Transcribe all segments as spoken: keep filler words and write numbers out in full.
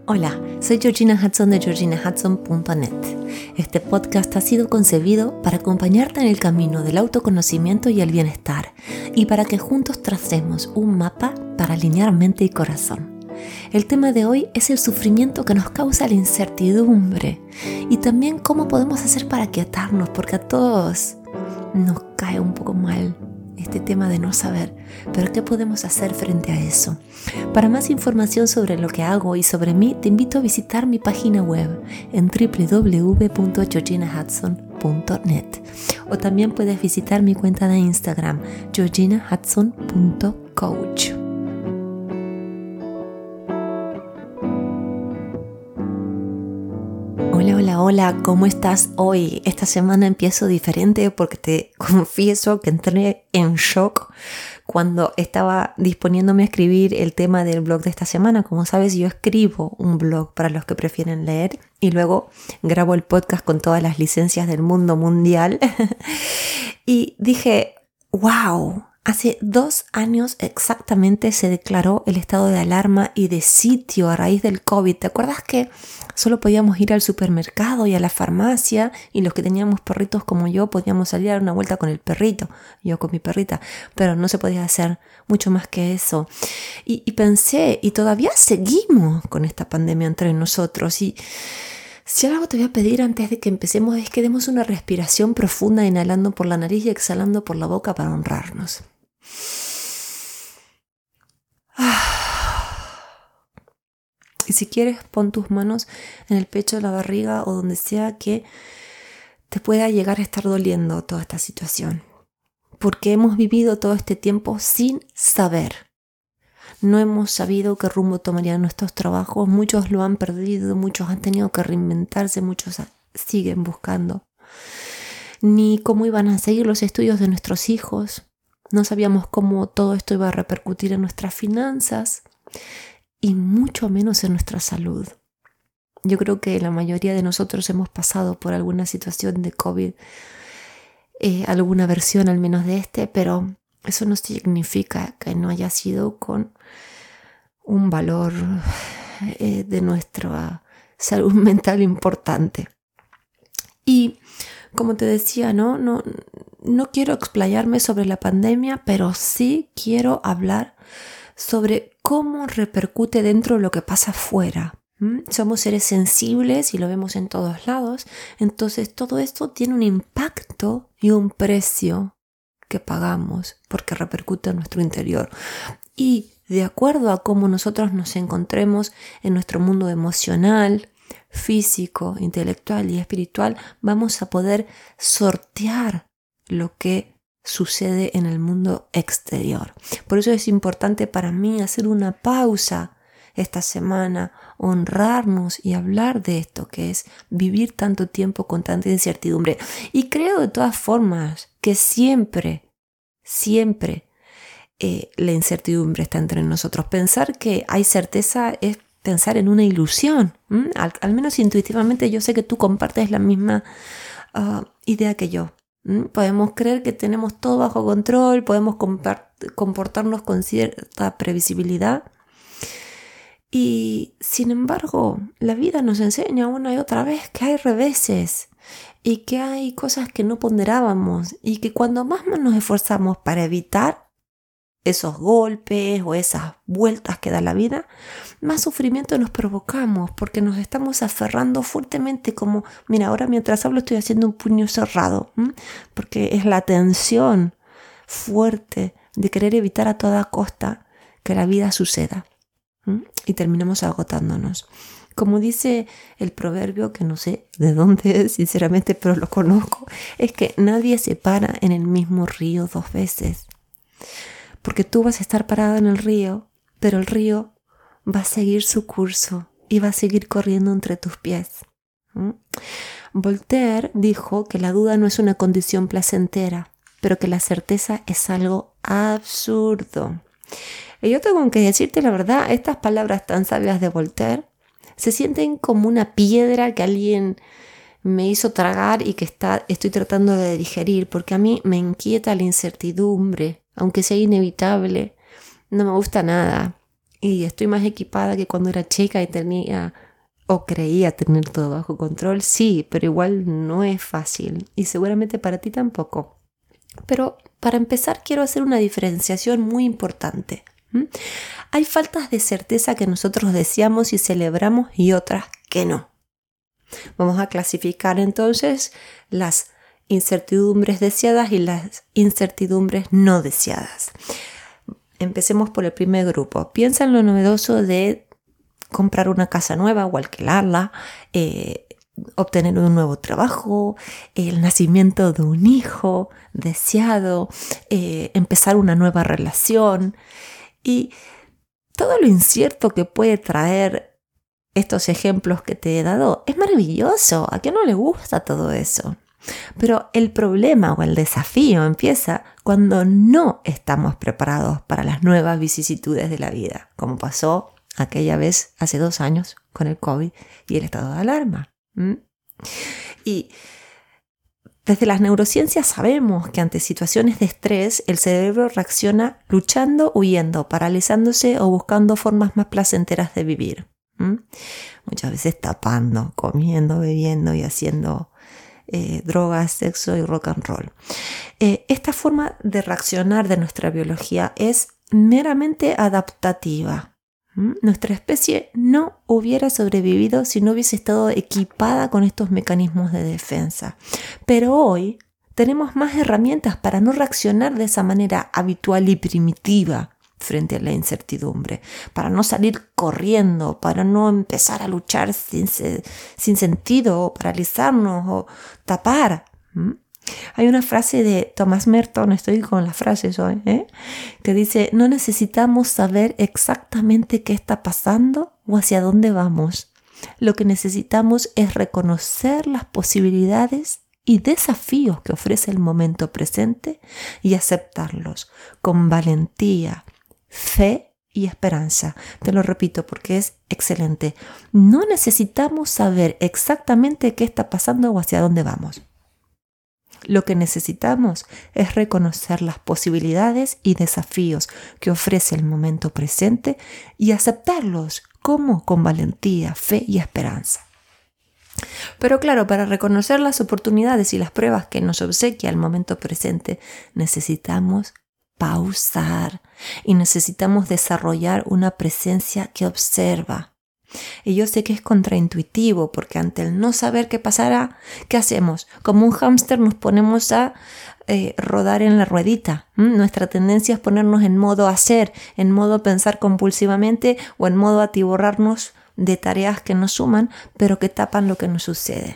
Hola, soy Georgina Hudson de georgina hudson punto net. Este podcast ha sido concebido para acompañarte en el camino del autoconocimiento y el bienestar y para que juntos tracemos un mapa para alinear mente y corazón. El tema de hoy es el sufrimiento que nos causa la incertidumbre y también cómo podemos hacer para quietarnos, porque a todos nos cae un poco mal este tema de no saber, pero ¿qué podemos hacer frente a eso? Para más información sobre lo que hago y sobre mí, te invito a visitar mi página web en doble u doble u doble u punto georgina hudson punto net o también puedes visitar mi cuenta de Instagram georgina hudson punto coach. Hola, hola, hola, ¿cómo estás hoy? Esta semana empiezo diferente porque te confieso que entré en shock cuando estaba disponiéndome a escribir el tema del blog de esta semana. Como sabes, yo escribo un blog para los que prefieren leer y luego grabo el podcast con todas las licencias del mundo mundial. Y dije, wow, hace dos años exactamente se declaró el estado de alarma y de sitio a raíz del COVID. ¿Te acuerdas que solo podíamos ir al supermercado y a la farmacia y los que teníamos perritos como yo podíamos salir a dar una vuelta con el perrito, yo con mi perrita, pero no se podía hacer mucho más que eso? Y, y pensé, y todavía seguimos con esta pandemia entre nosotros, y si algo te voy a pedir antes de que empecemos es que demos una respiración profunda, inhalando por la nariz y exhalando por la boca para honrarnos. Y si quieres, pon tus manos en el pecho, la barriga o donde sea que te pueda llegar a estar doliendo toda esta situación. Porque hemos vivido todo este tiempo sin saber. No hemos sabido qué rumbo tomarían nuestros trabajos. Muchos lo han perdido, muchos han tenido que reinventarse, muchos siguen buscando. Ni cómo iban a seguir los estudios de nuestros hijos. No sabíamos cómo todo esto iba a repercutir en nuestras finanzas y mucho menos en nuestra salud. Yo creo que la mayoría de nosotros hemos pasado por alguna situación de COVID, eh, alguna versión al menos de este, pero eso no significa que no haya sido con un valor eh, de nuestra salud mental importante. Y como te decía, ¿no? No, no quiero explayarme sobre la pandemia, pero sí quiero hablar sobre cómo repercute dentro lo que pasa afuera. ¿Mm? Somos seres sensibles y lo vemos en todos lados, entonces todo esto tiene un impacto y un precio que pagamos porque repercute en nuestro interior. Y de acuerdo a cómo nosotros nos encontremos en nuestro mundo emocional, físico, intelectual y espiritual, vamos a poder sortear lo que sucede en el mundo exterior. Por eso es importante para mí hacer una pausa esta semana, honrarnos y hablar de esto que es vivir tanto tiempo con tanta incertidumbre. Y creo de todas formas que siempre, siempre eh, la incertidumbre está entre nosotros. Pensar que hay certeza es pensar en una ilusión. ¿Mm? Al, al menos intuitivamente yo sé que tú compartes la misma uh, idea que yo. ¿Mm? Podemos creer que tenemos todo bajo control, podemos compart- comportarnos con cierta previsibilidad. Y sin embargo, la vida nos enseña una y otra vez que hay reveses y que hay cosas que no ponderábamos y que cuando más nos esforzamos para evitar esos golpes o esas vueltas que da la vida, más sufrimiento nos provocamos porque nos estamos aferrando fuertemente, como, mira, ahora mientras hablo estoy haciendo un puño cerrado, ¿m? Porque es la tensión fuerte de querer evitar a toda costa que la vida suceda, ¿m? Y terminamos agotándonos. Como dice el proverbio, que no sé de dónde es sinceramente, pero lo conozco, es que nadie se para en el mismo río dos veces. Porque tú vas a estar parado en el río, pero el río va a seguir su curso y va a seguir corriendo entre tus pies. ¿Mm? Voltaire dijo que la duda no es una condición placentera, pero que la certeza es algo absurdo. Y yo tengo que decirte la verdad, estas palabras tan sabias de Voltaire se sienten como una piedra que alguien me hizo tragar y que está, estoy tratando de digerir, porque a mí me inquieta la incertidumbre, aunque sea inevitable, no me gusta nada. y estoy más equipada que cuando era chica y tenía o creía tener todo bajo control. Sí, pero igual no es fácil y seguramente para ti tampoco. Pero para empezar quiero hacer una diferenciación muy importante. ¿Mm? Hay faltas de certeza que nosotros deseamos y celebramos y otras que no. Vamos a clasificar entonces las incertidumbres deseadas y las incertidumbres no deseadas. Empecemos por el primer grupo. Piensa en lo novedoso de comprar una casa nueva o alquilarla, eh, obtener un nuevo trabajo, el nacimiento de un hijo deseado, eh, empezar una nueva relación y todo lo incierto que puede traer estos ejemplos que te he dado. Es maravilloso. ¿A quién no le gusta todo eso? Pero el problema o el desafío empieza cuando no estamos preparados para las nuevas vicisitudes de la vida, como pasó aquella vez hace dos años con el COVID y el estado de alarma. ¿Mm? Y desde las neurociencias sabemos que ante situaciones de estrés el cerebro reacciona luchando, huyendo, paralizándose o buscando formas más placenteras de vivir. ¿Mm? Muchas veces tapando, comiendo, bebiendo y haciendo Eh, drogas, sexo y rock and roll. Eh, esta forma de reaccionar de nuestra biología es meramente adaptativa. ¿Mm? Nuestra especie no hubiera sobrevivido si no hubiese estado equipada con estos mecanismos de defensa. Pero hoy tenemos más herramientas para no reaccionar de esa manera habitual y primitiva frente a la incertidumbre, para no salir corriendo, para no empezar a luchar sin, sin sentido o paralizarnos o tapar. ¿Mm? Hay una frase de Thomas Merton, estoy con las frases hoy, ¿eh? que dice: no necesitamos saber exactamente qué está pasando o hacia dónde vamos. Lo que necesitamos es reconocer las posibilidades y desafíos que ofrece el momento presente y aceptarlos con valentía, fe y esperanza. Te lo repito porque es excelente. No necesitamos saber exactamente qué está pasando o hacia dónde vamos. Lo que necesitamos es reconocer las posibilidades y desafíos que ofrece el momento presente y aceptarlos. ¿Cómo? Con valentía, fe y esperanza. Pero claro, para reconocer las oportunidades y las pruebas que nos obsequia el momento presente, necesitamos pausar y necesitamos desarrollar una presencia que observa. Y yo sé que es contraintuitivo porque ante el no saber qué pasará, ¿qué hacemos? Como un hámster nos ponemos a eh, rodar en la ruedita. ¿Mm? Nuestra tendencia es ponernos en modo hacer, en modo pensar compulsivamente o en modo atiborrarnos de tareas que nos suman pero que tapan lo que nos sucede.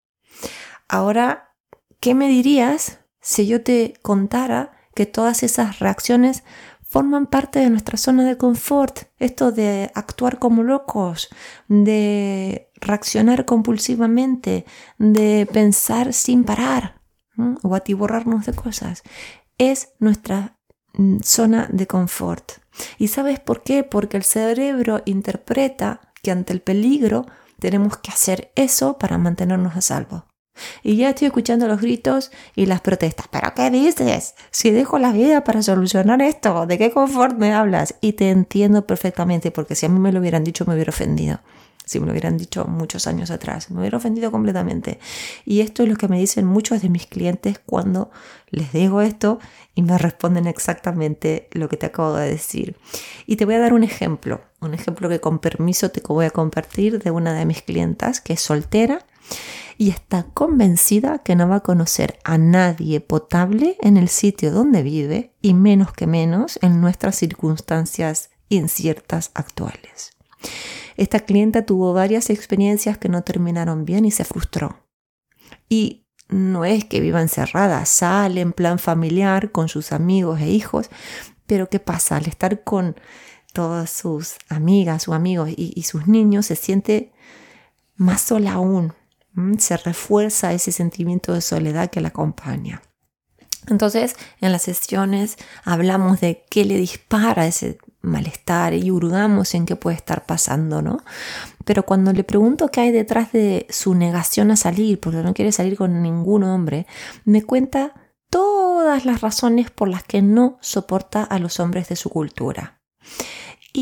Ahora, ¿qué me dirías si yo te contara que todas esas reacciones forman parte de nuestra zona de confort? Esto de actuar como locos, de reaccionar compulsivamente, de pensar sin parar, ¿sí? o atiborrarnos de cosas, es nuestra zona de confort. ¿Y sabes por qué? Porque el cerebro interpreta que ante el peligro tenemos que hacer eso para mantenernos a salvo. Y ya estoy escuchando los gritos y las protestas. ¿Pero qué dices? Si dejo la vida para solucionar esto, ¿de qué confort me hablas? Y te entiendo perfectamente, porque si a mí me lo hubieran dicho me hubiera ofendido. Si me lo hubieran dicho muchos años atrás, me hubiera ofendido completamente. Y esto es lo que me dicen muchos de mis clientes cuando les digo esto y me responden exactamente lo que te acabo de decir. Y te voy a dar un ejemplo, un ejemplo que con permiso te voy a compartir de una de mis clientas que es soltera y está convencida que no va a conocer a nadie potable en el sitio donde vive y menos que menos en nuestras circunstancias inciertas actuales. Esta clienta tuvo varias experiencias que no terminaron bien y se frustró. Y no es que viva encerrada, sale en plan familiar con sus amigos e hijos, pero ¿qué pasa? Al estar con todas sus amigas o amigos y, y sus niños se siente más sola aún. Se refuerza ese sentimiento de soledad que la acompaña. Entonces, en las sesiones hablamos de qué le dispara ese malestar y hurgamos en qué puede estar pasando, ¿no? Pero cuando le pregunto qué hay detrás de su negación a salir, porque no quiere salir con ningún hombre, me cuenta todas las razones por las que no soporta a los hombres de su cultura. Y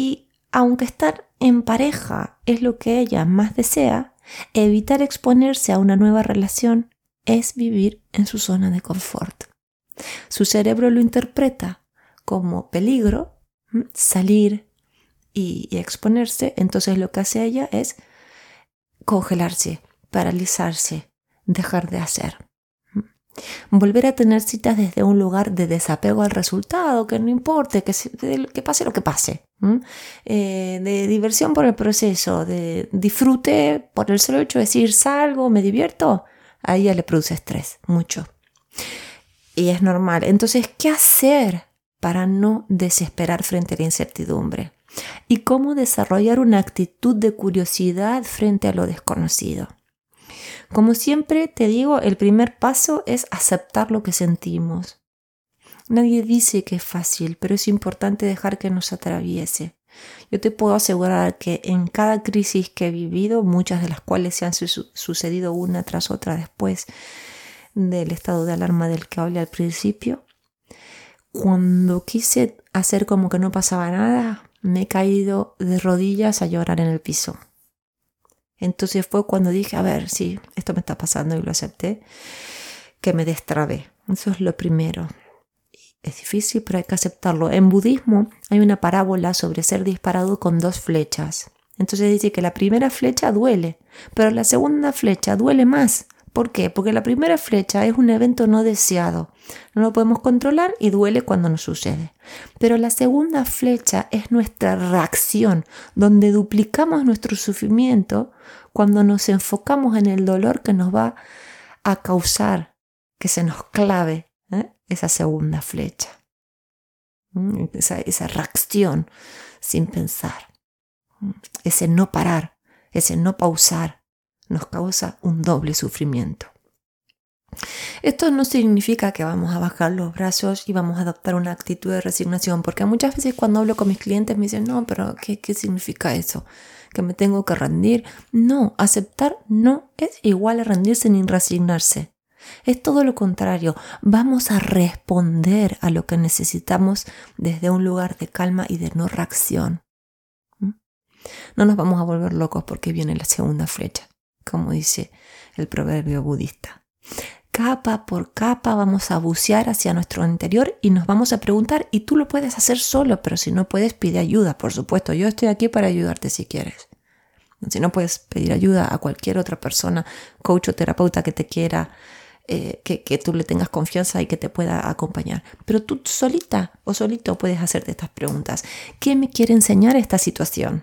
aunque estar en pareja es lo que ella más desea, evitar exponerse a una nueva relación es vivir en su zona de confort. Su cerebro lo interpreta como peligro, salir y, y exponerse, entonces lo que hace ella es congelarse, paralizarse, dejar de hacer. Volver a tener citas desde un lugar de desapego al resultado, que no importe, que, se, que pase lo que pase. ¿Mm? Eh, de diversión por el proceso, de disfrute por el solo hecho de decir salgo, me divierto, a ella le produce estrés, mucho. Y es normal. Entonces, ¿qué hacer para no desesperar frente a la incertidumbre? ¿Y cómo desarrollar una actitud de curiosidad frente a lo desconocido? Como siempre te digo, el primer paso es aceptar lo que sentimos. Nadie dice que es fácil, pero es importante dejar que nos atraviese. Yo te puedo asegurar que en cada crisis que he vivido, muchas de las cuales se han su- sucedido una tras otra después del estado de alarma del que hablé al principio, cuando quise hacer como que no pasaba nada, me he caído de rodillas a llorar en el piso. Entonces fue cuando dije, a ver, sí, esto me está pasando y lo acepté, que me destrabé. Eso es lo primero. Es difícil, pero hay que aceptarlo. En budismo hay una parábola sobre ser disparado con dos flechas. Entonces dice que la primera flecha duele, pero la segunda flecha duele más. ¿Por qué? Porque la primera flecha es un evento no deseado. No lo podemos controlar y duele cuando nos sucede. Pero la segunda flecha es nuestra reacción, donde duplicamos nuestro sufrimiento cuando nos enfocamos en el dolor que nos va a causar que se nos clave ¿eh? esa segunda flecha. Esa, esa reacción sin pensar. Ese no parar, ese no pausar, nos causa un doble sufrimiento. Esto no significa que vamos a bajar los brazos y vamos a adoptar una actitud de resignación, porque muchas veces cuando hablo con mis clientes me dicen, no, pero ¿qué, qué significa eso? ¿Que me tengo que rendir? No, aceptar no es igual a rendirse ni resignarse. Es todo lo contrario, vamos a responder a lo que necesitamos desde un lugar de calma y de no reacción. ¿Mm? No nos vamos a volver locos porque viene la segunda flecha, como dice el proverbio budista. Capa por capa vamos a bucear hacia nuestro interior y nos vamos a preguntar, y tú lo puedes hacer solo, pero si no puedes, pide ayuda, por supuesto. Yo estoy aquí para ayudarte si quieres. Si no, puedes pedir ayuda a cualquier otra persona, coach o terapeuta que te quiera, eh, que, que tú le tengas confianza y que te pueda acompañar. Pero tú solita o solito puedes hacerte estas preguntas. ¿Qué me quiere enseñar esta situación?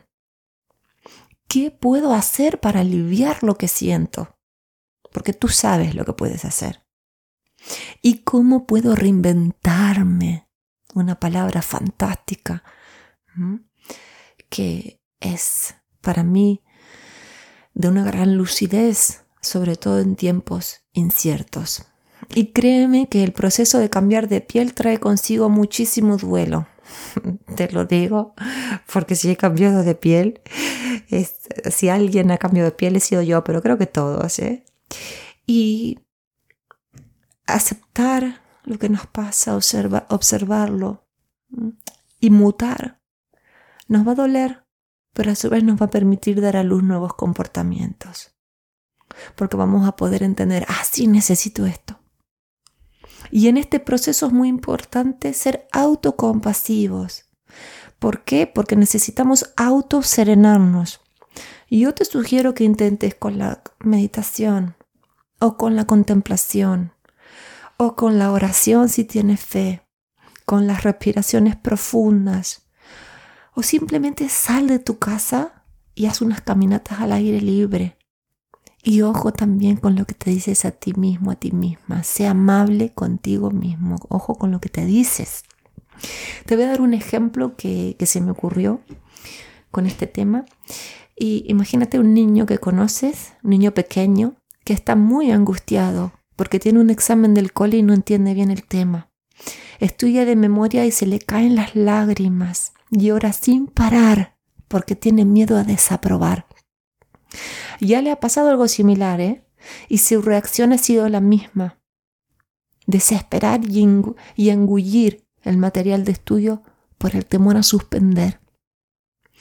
¿Qué puedo hacer para aliviar lo que siento? Porque tú sabes lo que puedes hacer. ¿Y cómo puedo reinventarme? Una palabra fantástica, ¿m? que es para mí de una gran lucidez, sobre todo en tiempos inciertos. Y créeme que el proceso de cambiar de piel trae consigo muchísimo duelo. Te lo digo, porque si he cambiado de piel, es, si alguien ha cambiado de piel he sido yo, pero creo que todos, ¿eh? Y aceptar lo que nos pasa, observa, observarlo y mutar. Nos va a doler, pero a su vez nos va a permitir dar a luz nuevos comportamientos. Porque vamos a poder entender, ah, sí, necesito esto. Y en este proceso es muy importante ser autocompasivos. ¿Por qué? Porque necesitamos autoserenarnos. Y yo te sugiero que intentes con la meditación, o con la contemplación, o con la oración si tienes fe, con las respiraciones profundas, o simplemente sal de tu casa y haz unas caminatas al aire libre. Y ojo también con lo que te dices a ti mismo, a ti misma. Sé amable contigo mismo. Ojo con lo que te dices. Te voy a dar un ejemplo que, que se me ocurrió con este tema. Y imagínate un niño que conoces, un niño pequeño, que está muy angustiado porque tiene un examen del cole y no entiende bien el tema. Estudia de memoria y se le caen las lágrimas. Llora sin parar porque tiene miedo a desaprobar. Ya le ha pasado algo similar, ¿eh? Y su reacción ha sido la misma. Desesperar y, engu- y engullir el material de estudio por el temor a suspender.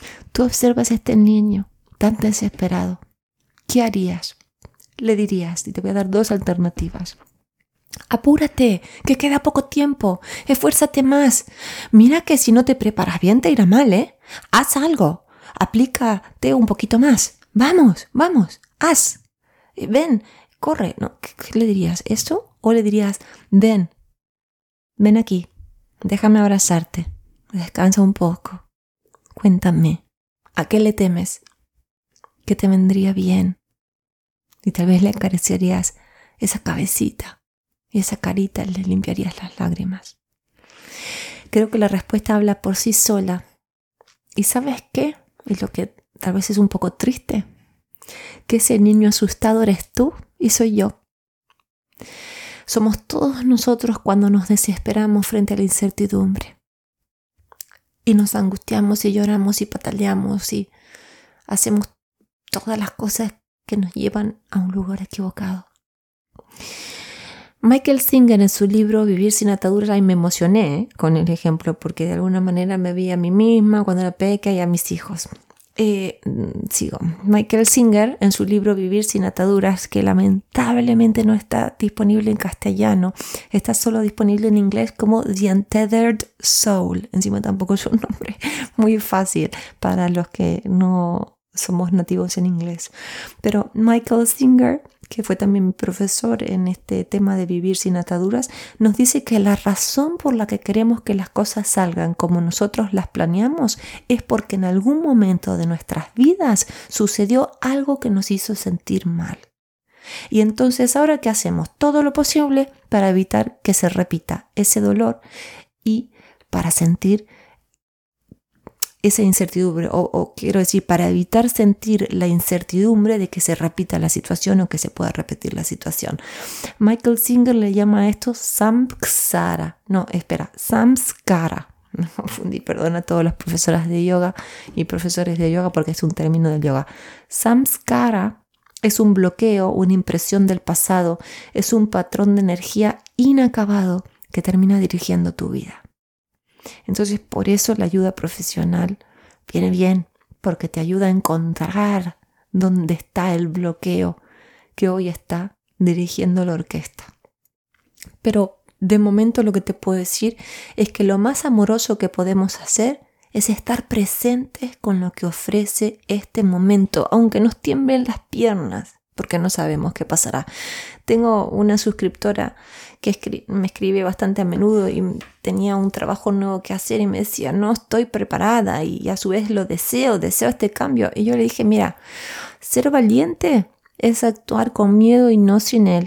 Tú observas a este niño tan desesperado. ¿Qué harías? Le dirías, y te voy a dar dos alternativas. Apúrate, que queda poco tiempo. Esfuérzate más. Mira que si no te preparas bien te irá mal, ¿eh? Haz algo. Aplícate un poquito más. Vamos, vamos, haz. Ven, corre. No, ¿qué, qué le dirías? ¿Eso? ¿O le dirías, ven, ven aquí, déjame abrazarte, descansa un poco, cuéntame, ¿a qué le temes? ¿Qué te vendría bien? Y tal vez le acariciarías esa cabecita y esa carita, le limpiarías las lágrimas. Creo que la respuesta habla por sí sola. ¿Y sabes qué? Y lo que tal vez es un poco triste, que ese niño asustado eres tú y soy yo. Somos todos nosotros cuando nos desesperamos frente a la incertidumbre. Y nos angustiamos y lloramos y pataleamos y hacemos todas las cosas que nos llevan a un lugar equivocado. Michael Singer en su libro Vivir sin ataduras, ahí me emocioné ¿eh? con el ejemplo porque de alguna manera me vi a mí misma cuando era pequeña y a mis hijos. Eh, sigo. Michael Singer en su libro Vivir sin ataduras, que lamentablemente no está disponible en castellano, está solo disponible en inglés como The Untethered Soul. Encima tampoco es un nombre muy fácil para los que no somos nativos en inglés. Pero Michael Singer, que fue también mi profesor en este tema de vivir sin ataduras, nos dice que la razón por la que queremos que las cosas salgan como nosotros las planeamos es porque en algún momento de nuestras vidas sucedió algo que nos hizo sentir mal. Y entonces, ¿ahora qué hacemos? Todo lo posible para evitar que se repita ese dolor y para sentir esa incertidumbre, o, o quiero decir, para evitar sentir la incertidumbre de que se repita la situación o que se pueda repetir la situación. Michael Singer le llama a esto samskara. No, espera, samskara. Me confundí, perdón a todas las profesoras de yoga y profesores de yoga porque es un término del yoga. Samskara es un bloqueo, una impresión del pasado, es un patrón de energía inacabado que termina dirigiendo tu vida. Entonces, por eso la ayuda profesional viene bien, porque te ayuda a encontrar dónde está el bloqueo que hoy está dirigiendo la orquesta. Pero de momento lo que te puedo decir es que lo más amoroso que podemos hacer es estar presentes con lo que ofrece este momento, aunque nos tiemblen las piernas, porque no sabemos qué pasará. Tengo una suscriptora que escri- me escribe bastante a menudo y tenía un trabajo nuevo que hacer y me decía, no estoy preparada y a su vez lo deseo, deseo este cambio. Y yo le dije, mira, ser valiente es actuar con miedo y no sin él.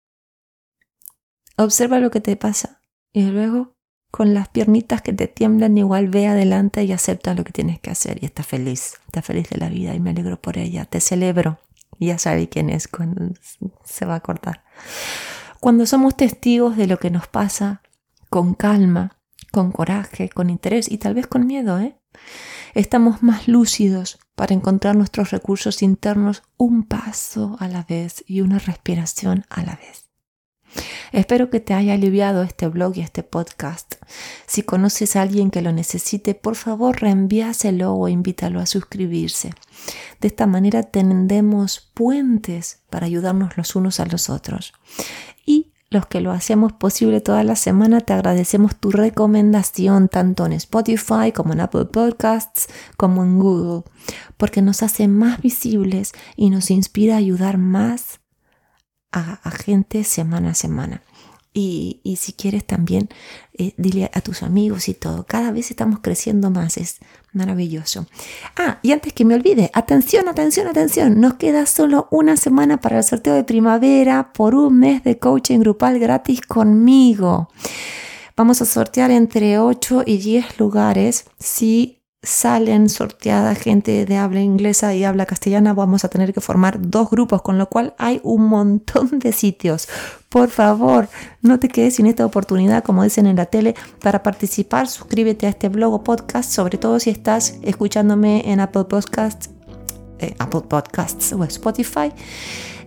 Observa lo que te pasa y luego con las piernitas que te tiemblan igual ve adelante y acepta lo que tienes que hacer y está feliz, está feliz de la vida y me alegro por ella, te celebro. Ya sabe quién es cuando se va a acordar. Cuando somos testigos de lo que nos pasa, con calma, con coraje, con interés y tal vez con miedo, ¿eh? estamos más lúcidos para encontrar nuestros recursos internos un paso a la vez y una respiración a la vez. Espero que te haya aliviado este blog y este podcast. Si conoces a alguien que lo necesite, por favor reenvíaselo o invítalo a suscribirse. De esta manera tendemos puentes para ayudarnos los unos a los otros. Y los que lo hacemos posible toda la semana, te agradecemos tu recomendación tanto en Spotify como en Apple Podcasts como en Google, porque nos hace más visibles y nos inspira a ayudar más a, a gente semana a semana. Y, y si quieres también, eh, dile a tus amigos y todo. Cada vez estamos creciendo más, es maravilloso. Ah, y antes que me olvide, atención, atención, atención. Nos queda solo una semana para el sorteo de primavera por un mes de coaching grupal gratis conmigo. Vamos a sortear entre ocho y diez lugares. Si salen sorteada gente de habla inglesa y habla castellana, vamos a tener que formar dos grupos, con lo cual hay un montón de sitios. Por favor, no te quedes sin esta oportunidad, como dicen en la tele, para participar. Suscríbete a este blog o podcast, sobre todo si estás escuchándome en Apple Podcasts, eh, Apple Podcasts o Spotify.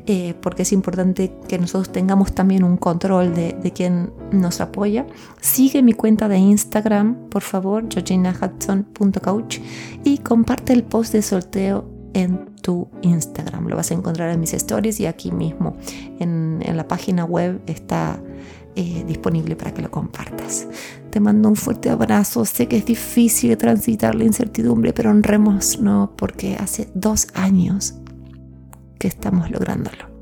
eh, porque es importante que nosotros tengamos también un control de, de quién nos apoya. Sigue mi cuenta de Instagram, por favor, georgina hudson punto coach, y comparte el post de sorteo en tu Instagram. Lo vas a encontrar en mis stories y aquí mismo en, en la página web está eh, disponible para que lo compartas. Te mando un fuerte abrazo. Sé que es difícil transitar la incertidumbre, pero honrémonos, ¿no? Porque hace dos años que estamos lográndolo.